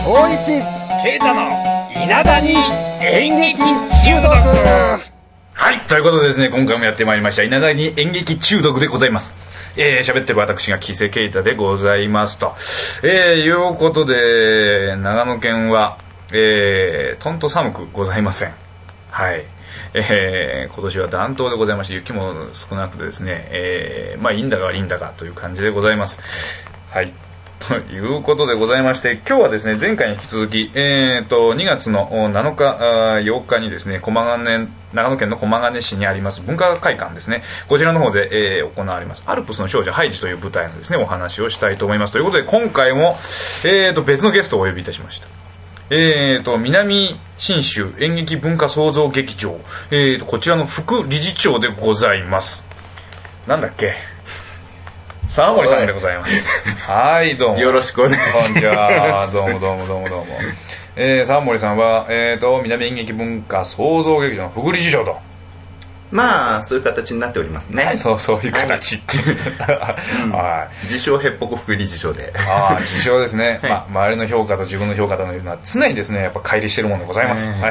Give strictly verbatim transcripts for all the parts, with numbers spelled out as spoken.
翔一ケイタの稲田に演劇中毒。はい、ということでですね、今回もやってまいりました稲田に演劇中毒でございます。えー、喋ってる私が木瀬ケイタでございますと、えー、いうことで長野県は、えー、とんと寒くございません。はい、えー、今年は暖冬でございまして、雪も少なくてですね、えー、まあいいんだか悪いんだかという感じでございます。はい、ということでございまして、今日はですね、前回に引き続き、えーと、にがつのなのか、よっかにですね、駒ヶ根、長野県の駒ヶ根市にあります文化会館ですね、こちらの方で、えー、行われます、アルプスの少女ハイジという舞台のですね、お話をしたいと思います。ということで、今回も、えーと、別のゲストをお呼びいたしました。えーと、南信州演劇文化創造劇場、えーと、こちらの副理事長でございます。なんだっけ、沢森さんでございます。はい、どうも。 よろしくお願いします。 こんにちは。どうもどうもどうもどうも。えー、沢森さんは、えーと、南演劇文化創造劇場の副理事長と。 まあ、そういう形になっておりますね。 はい、そう、そういう形って。 はい。はい、自称ヘッポコ副理事長で。 ああ、自称ですね。はい、まあ、周りの評価と自分の評価というのは常にですね、やっぱ乖離しているものでございます。はい。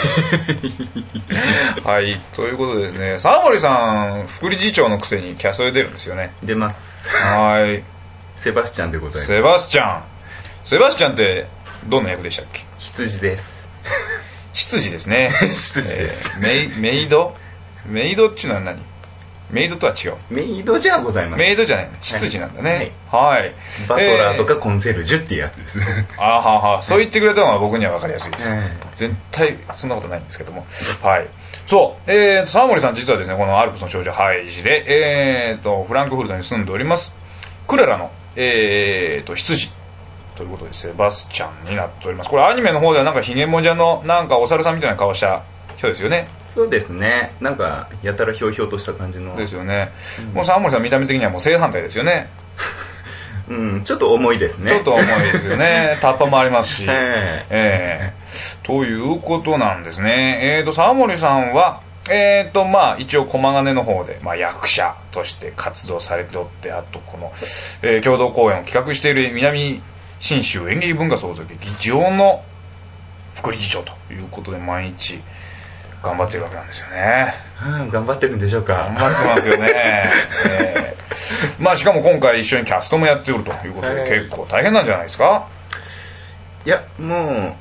はい。ということでですね、沢森さん、副理事長のくせにキャストで出るんですよね。 出ます。 はい。 セバスチャンでございます。 セバスチャン。セバスチャンって、どんな役でしたっけ？ 羊です。 羊ですね。 羊です。 えー、メイ、メイドメイドっていうのは何？メイドとは違う。 メイドじゃございます。 メイドじゃない、羊なんだね。はい。はい、 バトラーとかコンセルジュっていうやつです。 あはは、そう言ってくれたのは僕には分かりやすいです。はい、絶対そんなことないんですけども。はい。そう、えーと、沢森さん実はですね、このアルプスの少女ハイジで、えーと、フランクフルトに住んでおります、クララの、えーと、羊。ということで、セバスチャンになっております。これアニメの方ではなんかヒゲもじゃの、なんかお猿さんみたいな顔した人ですよね。 そうですね、なんかやたらひょうひょうとした感じのですよね、うん、もう沢森さん見た目的にはもう正反対ですよね。 うん、ちょっと重いですね。 ちょっと重いですよね。タッパもありますし、ええー、ということなんですね。えーと沢森さんはえーとまあ一応駒ヶ根の方で、まあ、役者として活動されておって、あとこの、えー、共同公演を企画している南信州演劇文化創造劇場の副理事長ということで、毎日頑張ってるわけなんですよね。 はあ、頑張ってるんでしょうか。 頑張ってますよね。えー、まあしかも今回一緒にキャストもやっておるということで、はい、結構大変なんじゃないですか？ いや、もう、はい、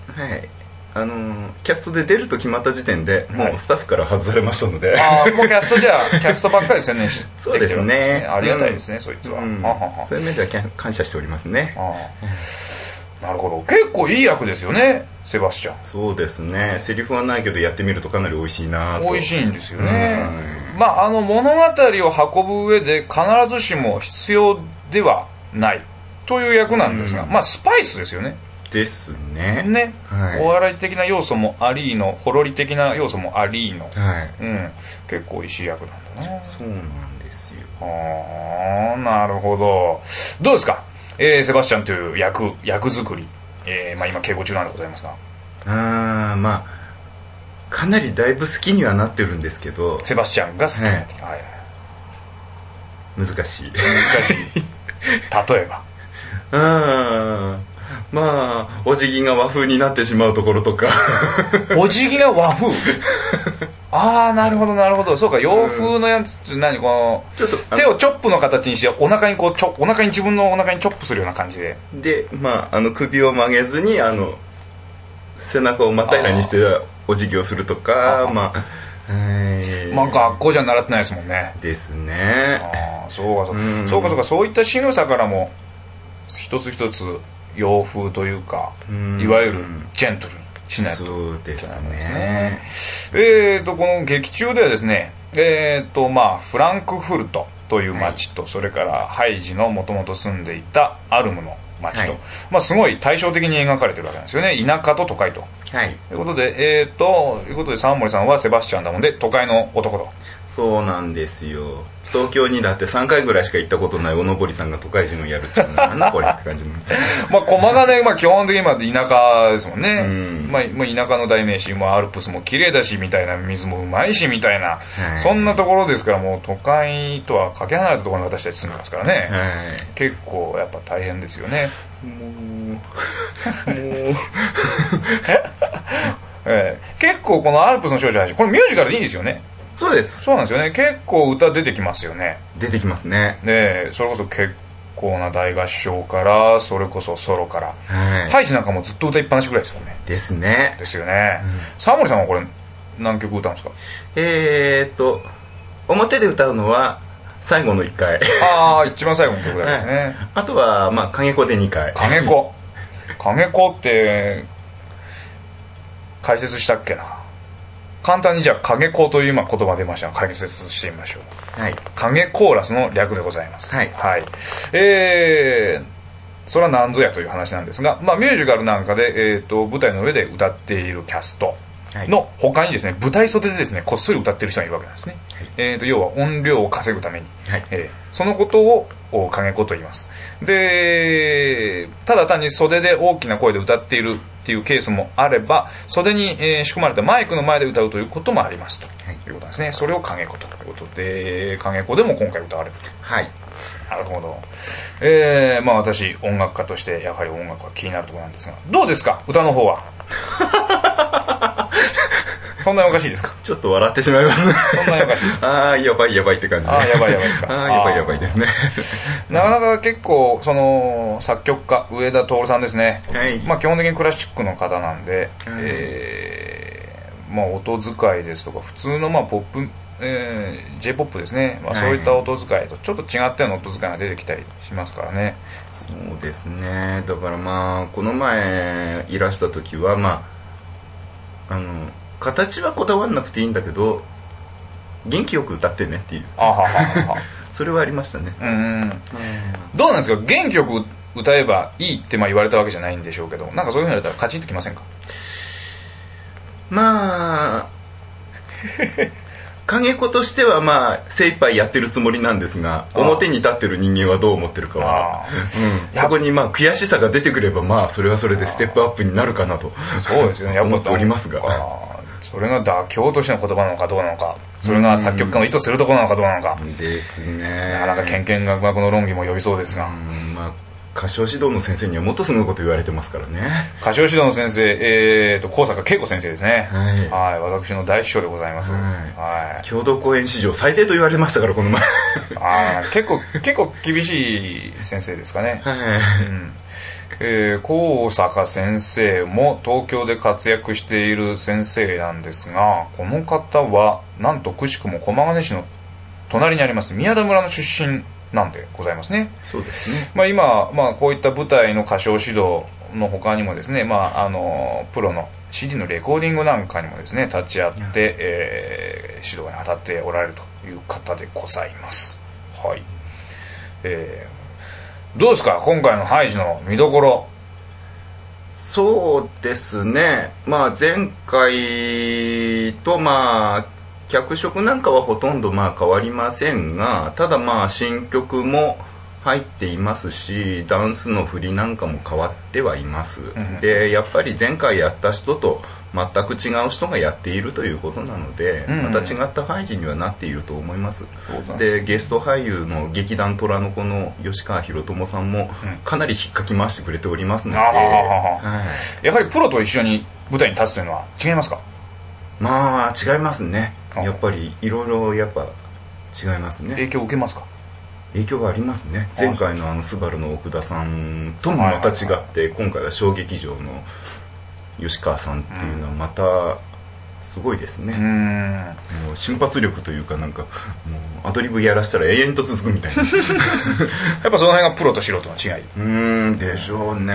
あのー、キャストで出ると決まった時点でもうスタッフから外されましたので、はい、 ああ、もうキャストじゃキャストばっかり専念してそうですね。 ありがたいですね、うん、そいつは、うん、はははそういう面では感謝しておりますね。ああ、なるほど。結構いい役ですよね、セバスチャン。 そうですね、セリフはないけどやってみるとかなり美味しいなと。 美味しいんですよね。まああの物語を運ぶ上で必ずしも必要ではないという役なんですが、まあスパイスですよね。 ですね。 ね、はい、お笑い的な要素もありの、ほろり的な要素もありの、はい、うん、結構いいし役なんだな。 そうなんですよ。 ああ、なるほど。どうですか、えー、セバスチャンという役役作り、えーまあ、今稽古中なんでございますが。 ああ、まあかなりだいぶ好きにはなってるんですけど、 セバスチャンが好きな、はいはい、 難しい難しい例えばああ、まあお辞儀が和風になってしまうところとかお辞儀が和風ああ、なるほどなるほど。そうか、洋風のやつって何、このちょっと手をチョップの形にしてお腹にこうちょお腹に自分のお腹にチョップするような感じで、 で、まあ、あの首を曲げずにあの背中を真っ平らにしてお辞儀をするとか、あ、まあ、はい、 まあ学校じゃ習ってないですもんね。 ですね。 ああ、そうかそうか、うん、そうかそうか、そういった仕草からも一つ一つ洋風というか、うん、いわゆるジェントルにしないと。 そうですね。 えーとこの劇中ではですね、えーとまあフランクフルトという町と、はい、それからハイジのもともと住んでいたアルムの町と、はい、まあすごい対照的に描かれてるわけなんですよね。田舎と都会と。はい。ということで、えーということで沢森さんはセバスチャンだもんで都会の男と。 そうなんですよ。東京にだってさんかいぐらいしか行ったことないおのぼりさんが都会人をやるっていうのはなんだこれって感じのまあ駒ヶ根、まあ、基本的にま田舎ですもんね。うん、まあ、まあ田舎の代名詞、まあ、アルプスも綺麗だしみたいな、水もうまいしみたいな、はい、そんなところですから、もう都会とはかけ離れたところに私たち住んでますからね、はい、結構やっぱ大変ですよね。 もうえー、結構このアルプスの少女ハイジこれミュージカルでいいんですよね。 そうです。 そうなんですよね。結構歌出てきますよね。 出てきますね。 でそれこそ結構な大合唱からそれこそソロから、はい、ハイジなんかもずっと歌いっぱなしぐらいですよね。 ですね。 ですよね、うん、沢森さんはこれ何曲歌うんですか？ えーっと表で歌うのは最後のいっかい。 ああ一番最後の曲なんですね、はい、 あとはまあ影子でにかい。 影子影子って解説したっけな。簡単にじゃあ影子という今言葉出ましたが解説してみましょう。はい、影コーラスの略でございます。はい、はい、えー、それは何ぞやという話なんですが、まあ、ミュージカルなんかで、えーと、舞台の上で歌っているキャストの他にですね、舞台袖でですねこっそり歌ってる人がいるわけなんですね、はい、えーと要は音量を稼ぐために、はい、えー、そのことを影子と言います。でただ単に袖で大きな声で歌っているっていうケースもあれば袖に、えー、仕込まれたマイクの前で歌うということもありますと、はい、いうことですね。それを影子ということで影子でも今回歌われると。はい、なるほど。えー、まあ私音楽家としてやはり音楽は気になるところなんですがどうですか歌の方は。そんなにおかしいですか？ ちょっと笑ってしまいますね。 そんなにおかしいですか？ ああやばいやばいって感じで。 ああやばいやばいですか？ ああやばいやばいですね。 なかなか結構その作曲家上田徹さんですね、はい、まあ基本的にクラシックの方なんで、はい、えー、まあ音使いですとか普通のまあポップ、えー、J-ポップ ですね、まあ、そういった音使いとちょっと違ったような音使いが出てきたりしますからね。 そうですね。だからまあこの前いらした時はまああの形はこだわらなくていいんだけど元気よく歌ってねっていう。あはははそれはありましたね。うん、 どうなんですか元気よく歌えばいいってまあ言われたわけじゃないんでしょうけどなんかそういうふうに言われたらカチンときませんか？ まあ影子としてはまあ精一杯やってるつもりなんですが表に立ってる人間はどう思ってるかは、うん、そこにまあ悔しさが出てくればまあそれはそれでステップアップになるかなとそうですよねやっぱ思っておりますがそれが妥協としての言葉なのかどうなのかそれが作曲家の意図するところなのかどうなのかですね。 なかなかけんけんがくがくの論議も呼びそうですが、 うんまあ歌唱指導の先生にはもっとすごいこと言われてますからね。 歌唱指導の先生、えーと高坂恵子先生ですね。はい、はい、私の大師匠でございます。はい、 はい、共同公演史上最低と言われましたからこの前。 あ結構結構厳しい先生ですかね。はい、うんえー、高坂先生も東京で活躍している先生なんですがこの方はなんとくしくも駒ヶ根市の隣にあります宮田村の出身なんでございますね。 そうですね。 まあ、今、まあ、こういった舞台の歌唱指導の他にもですね、まあ、あのプロの シーディー のレコーディングなんかにもですね立ち会って、えー、指導に当たっておられるという方でございます。はい、えー、どうですか今回のハイジの見どころ。 そうですね、まあ、前回とまあ脚色なんかはほとんどまあ変わりませんがただまあ新曲も入っていますしダンスの振りなんかも変わってはいます、うん、でやっぱり前回やった人と全く違う人がやっているということなので、うんうん、また違ったハイジにはなっていると思います。でゲスト俳優の劇団虎の子の吉川博友さんもかなり引っかき回してくれておりますので、うんはい、やはりプロと一緒に舞台に立つというのは違いますか？ まあ違いますね。やっぱりいろいろやっぱ違いますね。 影響を受けますか？ 影響はありますね。前回のあのスバルの奥田さんともまた違って今回は小劇場の吉川さんっていうのはまたすごいですね。うんもう瞬発力というかなんかもうアドリブやらしたら永遠と続くみたいなやっぱその辺がプロと素人の違い。 うんでしょうね。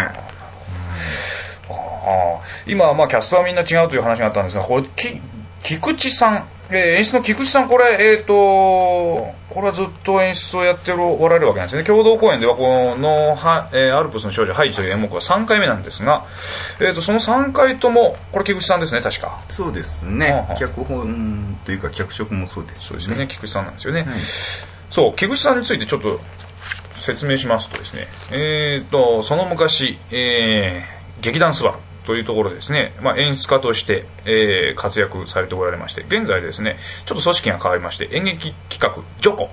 あ今、まあ、キャストはみんな違うという話があったんですがこれき菊池さん、えー、演出の菊池さんこれ、えー、とこれはずっと演出をやっておられるわけなんですね。共同公演ではこのは、えー、アルプスの少女ハイジという演目はさんかいめなんですが、えー、とそのさんかいともこれ菊池さんですね確か。 そうですね、はは脚本というか脚色もそうです、ね、 そうですね菊池さんなんですよね、はい、そう菊池さんについてちょっと説明しますとですねえー、とその昔、えー、劇団スバルというところですね、まあ、演出家として、えー、活躍されておられまして現在ですねちょっと組織が変わりまして演劇企画ジョコ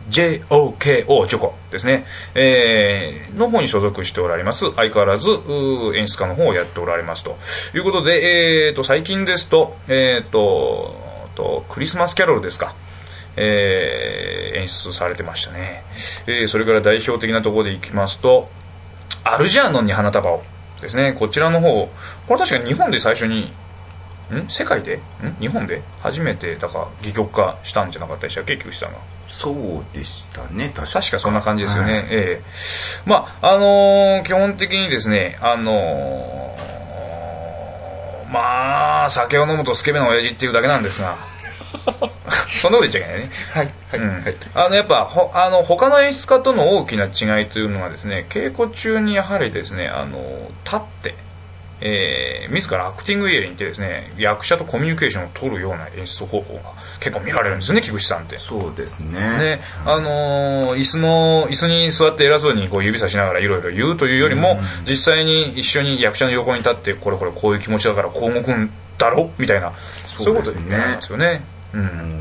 ジェイオーケーオー チョコですね、えー、の方に所属しておられます。相変わらず演出家の方をやっておられますということで、えーと最近ですと、えーととクリスマスキャロルですか、えー、演出されてましたね。えー、それから代表的なところでいきますと、アルジャーノンに花束をですね、こちらの方、これ確かに日本で最初に、ん世界でん日本で初めてだから戯曲化したんじゃなかったでしたっけ、菊池さんが。 そうでしたね、確か確かそんな感じですよね。はい、えー、まああのー、基本的にですね、あのー、まあ酒を飲むとスケベな親父っていうだけなんですがそんなこと言っちゃいけないね。はいはい、うん、はい。あのやっぱほあの他の演出家との大きな違いというのはですね、稽古中にやはりですね、あの立ってえー、自らアクティングエリアに行ってですね、役者とコミュニケーションを取るような演出方法が結構見られるんですよね、菊池さんって。 そうですね。 で、あのー、椅子の椅子に座って偉そうにこう指さしながらいろいろ言うというよりも、うん、実際に一緒に役者の横に立って、これこれこういう気持ちだからこう動くんだろみたいな、そういうことになりますよね。うん、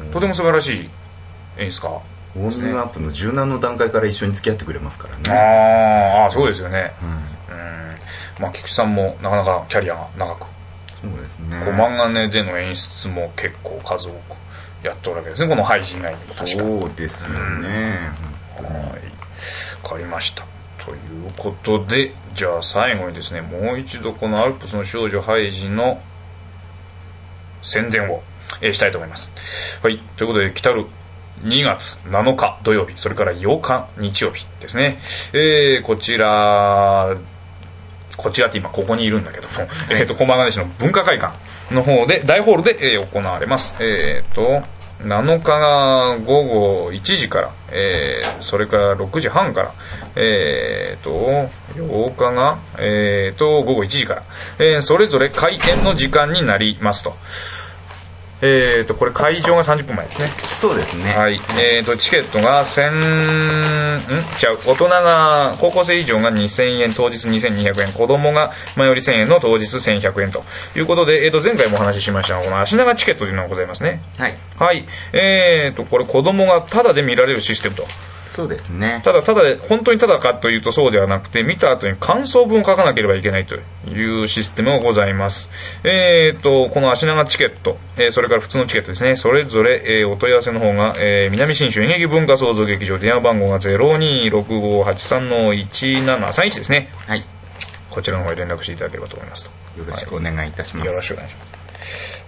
とても素晴らしい演出家。 ウォーミングアップの柔軟の段階から一緒に付き合ってくれますからね。 ああ、そうですよね。うん、うんまあ、菊池さんもなかなかキャリアが長く、 そうですね、 こう漫画ねでの演出も結構数多くやっておるわけですね、この配信以外にも。確かそうですよね、うん、 はい、分かりました。ということで、じゃあ最後にですね、もう一度このアルプスの少女ハイジの宣伝を、えー、したいと思います。はい、ということで、来たるにがつなのか土曜日、それからようか日曜日ですね、えー、こちらこちらって今ここにいるんだけども、えっと、駒ヶ根市の文化会館の方で、大ホールで、えー、行われます。えっと、なのかがごごいちじから、えー、それからろくじはんから、えっと、ようかが、えっと、ごごいちじから、えー、それぞれ開演の時間になりますと。えーと、これ会場がさんじゅっぷんまえですね。 そうですね。 はい。えーと、チケットが千、んちゃう、大人が、高校生以上がにせんえん、当日にせんにひゃくえん、子供が前よりせんえんの当日せんひゃくえんということで、えーと、前回もお話ししましたが、この足長チケットというのがございますね。 はい。 はい。えーと、これ子供がタダで見られるシステムと。 そうですね。 ただ、ただで、本当にただかというとそうではなくて、見た後に感想文を書かなければいけないというシステムがございます。えーと、この足長チケット、えー、それから普通のチケットですね、それぞれ、えー、お問い合わせの方が、えー、南信州演劇文化創造劇場、電話番号が ゼロにーろくごはちさんのいちななさんいち ですね。 はい。 こちらの方に連絡していただければと思いますと。 よろしくお願いいたします。 はい、よろしくお願いします。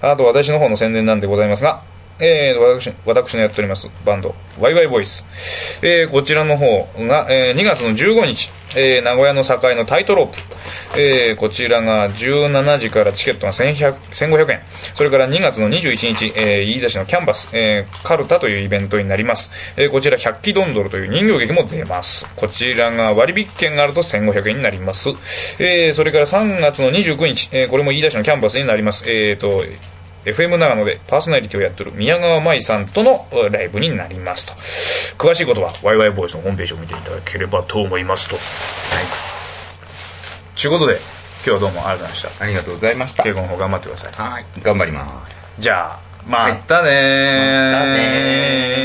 あと、私の方の宣伝なんでございますが、えー、私、私のやっておりますバンド、ワイワイボイス。えー、こちらの方が、えー、にがつのじゅうごにち、えー、名古屋の境のタイトロープ。えー、こちらがじゅうしちじからチケットがせんごひゃくえん。それからにがつのにじゅういちにち、えー、飯田市のキャンバス、えー、カルタというイベントになります。えー、こちら百鬼ドンドルという人形劇も出ます。こちらが割引券があるとせんごひゃくえんになります。えー、それからさんがつのにじゅうくにち、えー、これも飯田市のキャンバスになります。えーと、エフエム 長野でパーソナリティをやっている宮川舞さんとのライブになりますと。詳しいことはワイワイボイスのホームページを見ていただければと思いますと。はい。ということで今日はどうもありがとうございました。 ありがとうございました。 稽古の方頑張ってください。 はい。頑張ります。 じゃあまたねー。 またねー。